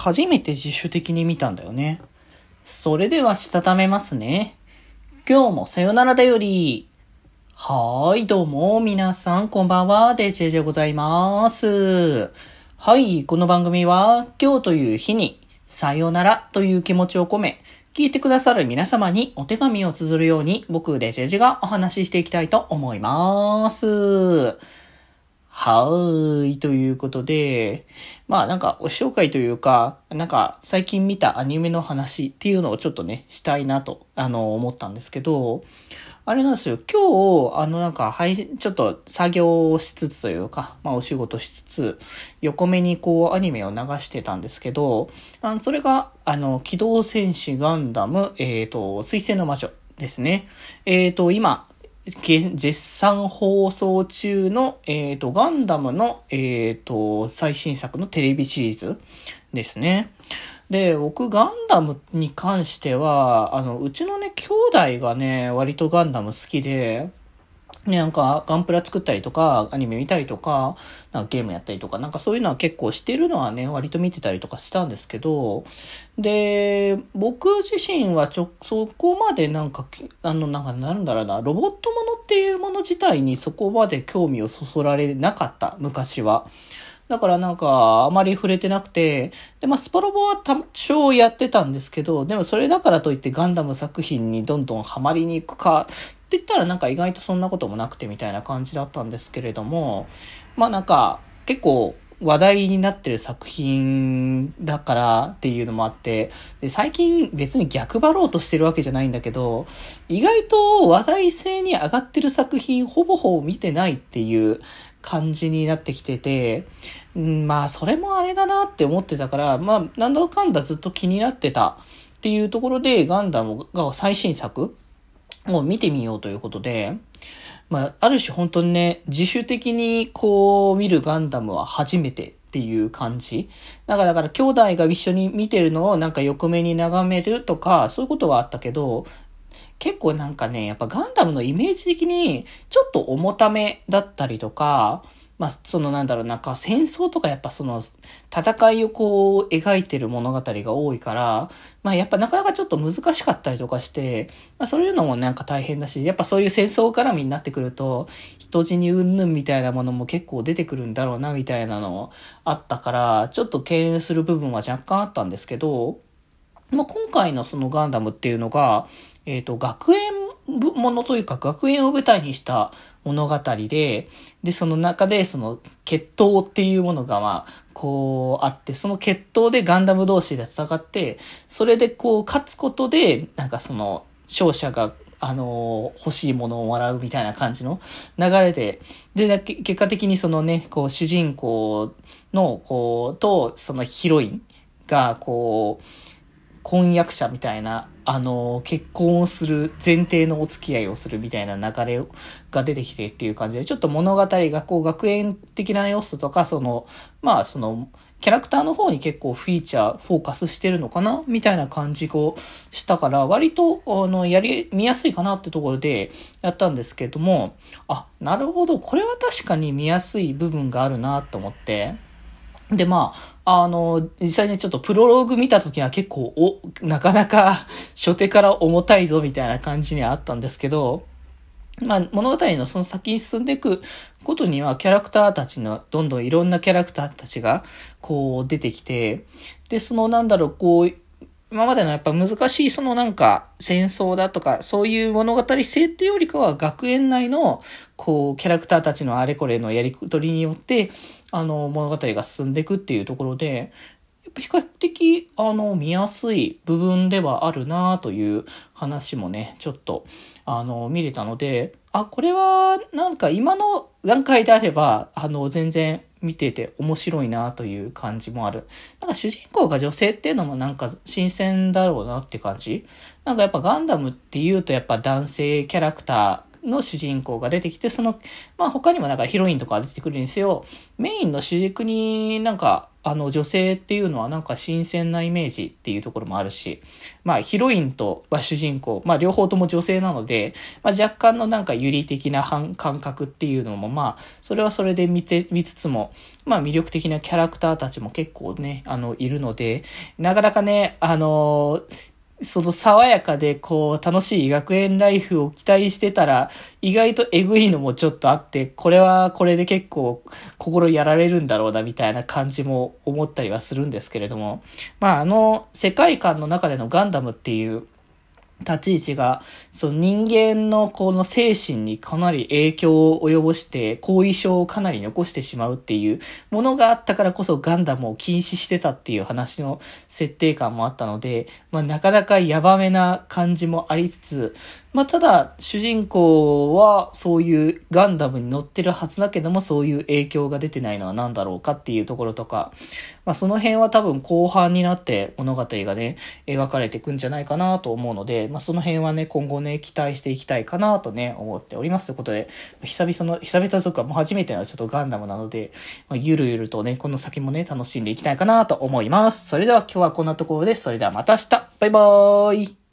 初めて自主的に見たんだよね。それではしたためますね。今日もさよならだより。どうも皆さんこんばんは、デジェジでございます。この番組は今日という日にさよならという気持ちを込め、聞いてくださる皆様にお手紙を綴るように僕デジェジがお話ししていきたいと思います。ということで、お紹介というか、最近見たアニメの話っていうのをちょっとね、したいなと、思ったんですけど、あれなんですよ、今日、ちょっと作業をしつつというか、お仕事しつつ、横目にアニメを流してたんですけど、それが、機動戦士ガンダム、水星の魔女ですね。今、絶賛放送中の、ガンダムの、最新作のテレビシリーズですね。で、僕、ガンダムに関しては、うちのね、兄弟がね、割とガンダム好きで、ガンプラ作ったりとか、アニメ見たりとか、ゲームやったりとか、そういうのは結構してるのはね、割と見てたりとかしたんですけど、で、僕自身はそこまでロボットものっていうもの自体にそこまで興味をそそられなかった、昔は。だからあまり触れてなくて、で、スパロボは多少やってたんですけど、でもそれだからといってガンダム作品にどんどんハマりに行くかって言ったら意外とそんなこともなくてみたいな感じだったんですけれども、結構話題になってる作品だからっていうのもあって、で、最近別に逆張ろうとしてるわけじゃないんだけど、意外と話題性に上がってる作品ほぼ見てないっていう感じになってきてて、それもあれだなって思ってたから、なんだかんだずっと気になってたっていうところで、ガンダムが最新作を見てみようということで、ある種本当にね、自主的に見るガンダムは初めてっていう感じ。だから兄弟が一緒に見てるのを横目に眺めるとか、そういうことはあったけど、結構やっぱガンダムのイメージ的にちょっと重ためだったりとか、戦争とかやっぱ戦いを描いてる物語が多いから、やっぱなかなかちょっと難しかったりとかして、そういうのも大変だし、やっぱそういう戦争絡みになってくると、人死に云々みたいなものも結構出てくるんだろうなみたいなのあったから、ちょっと敬遠する部分は若干あったんですけど、今回のそのガンダムっていうのが、学園ものというか学園を舞台にした物語で、その中でその決闘っていうものがあって、その決闘でガンダム同士で戦って、それで勝つことで、勝者が欲しいものをもらうみたいな感じの流れで、結果的にそのね、主人公のとそのヒロインが婚約者みたいな、結婚をする前提のお付き合いをするみたいな流れが出てきてっていう感じで、ちょっと物語が学園的な要素とか、そのキャラクターの方に結構フォーカスしてるのかなみたいな感じをしたから、割と見やすいかなってところでやったんですけども、なるほど、これは確かに見やすい部分があるなと思って、で、実際にちょっとプロローグ見たときは結構、なかなか初手から重たいぞみたいな感じにはあったんですけど、物語のその先に進んでいくことにはキャラクターたちのどんどんいろんなキャラクターたちが出てきて、で、今までのやっぱ難しい戦争だとかそういう物語性っていうよりかは学園内のキャラクターたちのあれこれのやり取りによって物語が進んでいくっていうところで、やっぱ比較的見やすい部分ではあるなという話もね、ちょっと見れたので、これは今の段階であれば全然見てて面白いなという感じもある。主人公が女性っていうのも新鮮だろうなって感じ。やっぱガンダムっていうとやっぱ男性キャラクタの主人公が出てきて、他にもなんかヒロインとか出てくるんですよ。メインの主軸になんか、女性っていうのはなんか新鮮なイメージっていうところもあるし、ヒロインと、主人公、両方とも女性なので、若干のなんか有利的な感覚っていうのも、それはそれで見つつも、魅力的なキャラクターたちも結構ね、いるので、なかなかね、その爽やかで楽しい学園ライフを期待してたら、意外とエグいのもちょっとあって、これはこれで結構心やられるんだろうなみたいな感じも思ったりはするんですけれども、世界観の中でのガンダムっていう立ち位置が、その人間のこの精神にかなり影響を及ぼして、後遺症をかなり残してしまうっていうものがあったからこそガンダムを禁止してたっていう話の設定感もあったので、なかなかヤバめな感じもありつつ、ただ主人公はそういうガンダムに乗ってるはずだけども、そういう影響が出てないのは何だろうかっていうところとか、その辺は多分後半になって物語がね、描かれていくんじゃないかなと思うので、その辺はね、今後ね、期待していきたいかなとね、思っております。ということで、久々とかもう初めてのちょっとガンダムなので、ゆるゆるとね、この先もね、楽しんでいきたいかなと思います。それでは今日はこんなところです。それではまた明日バイバーイ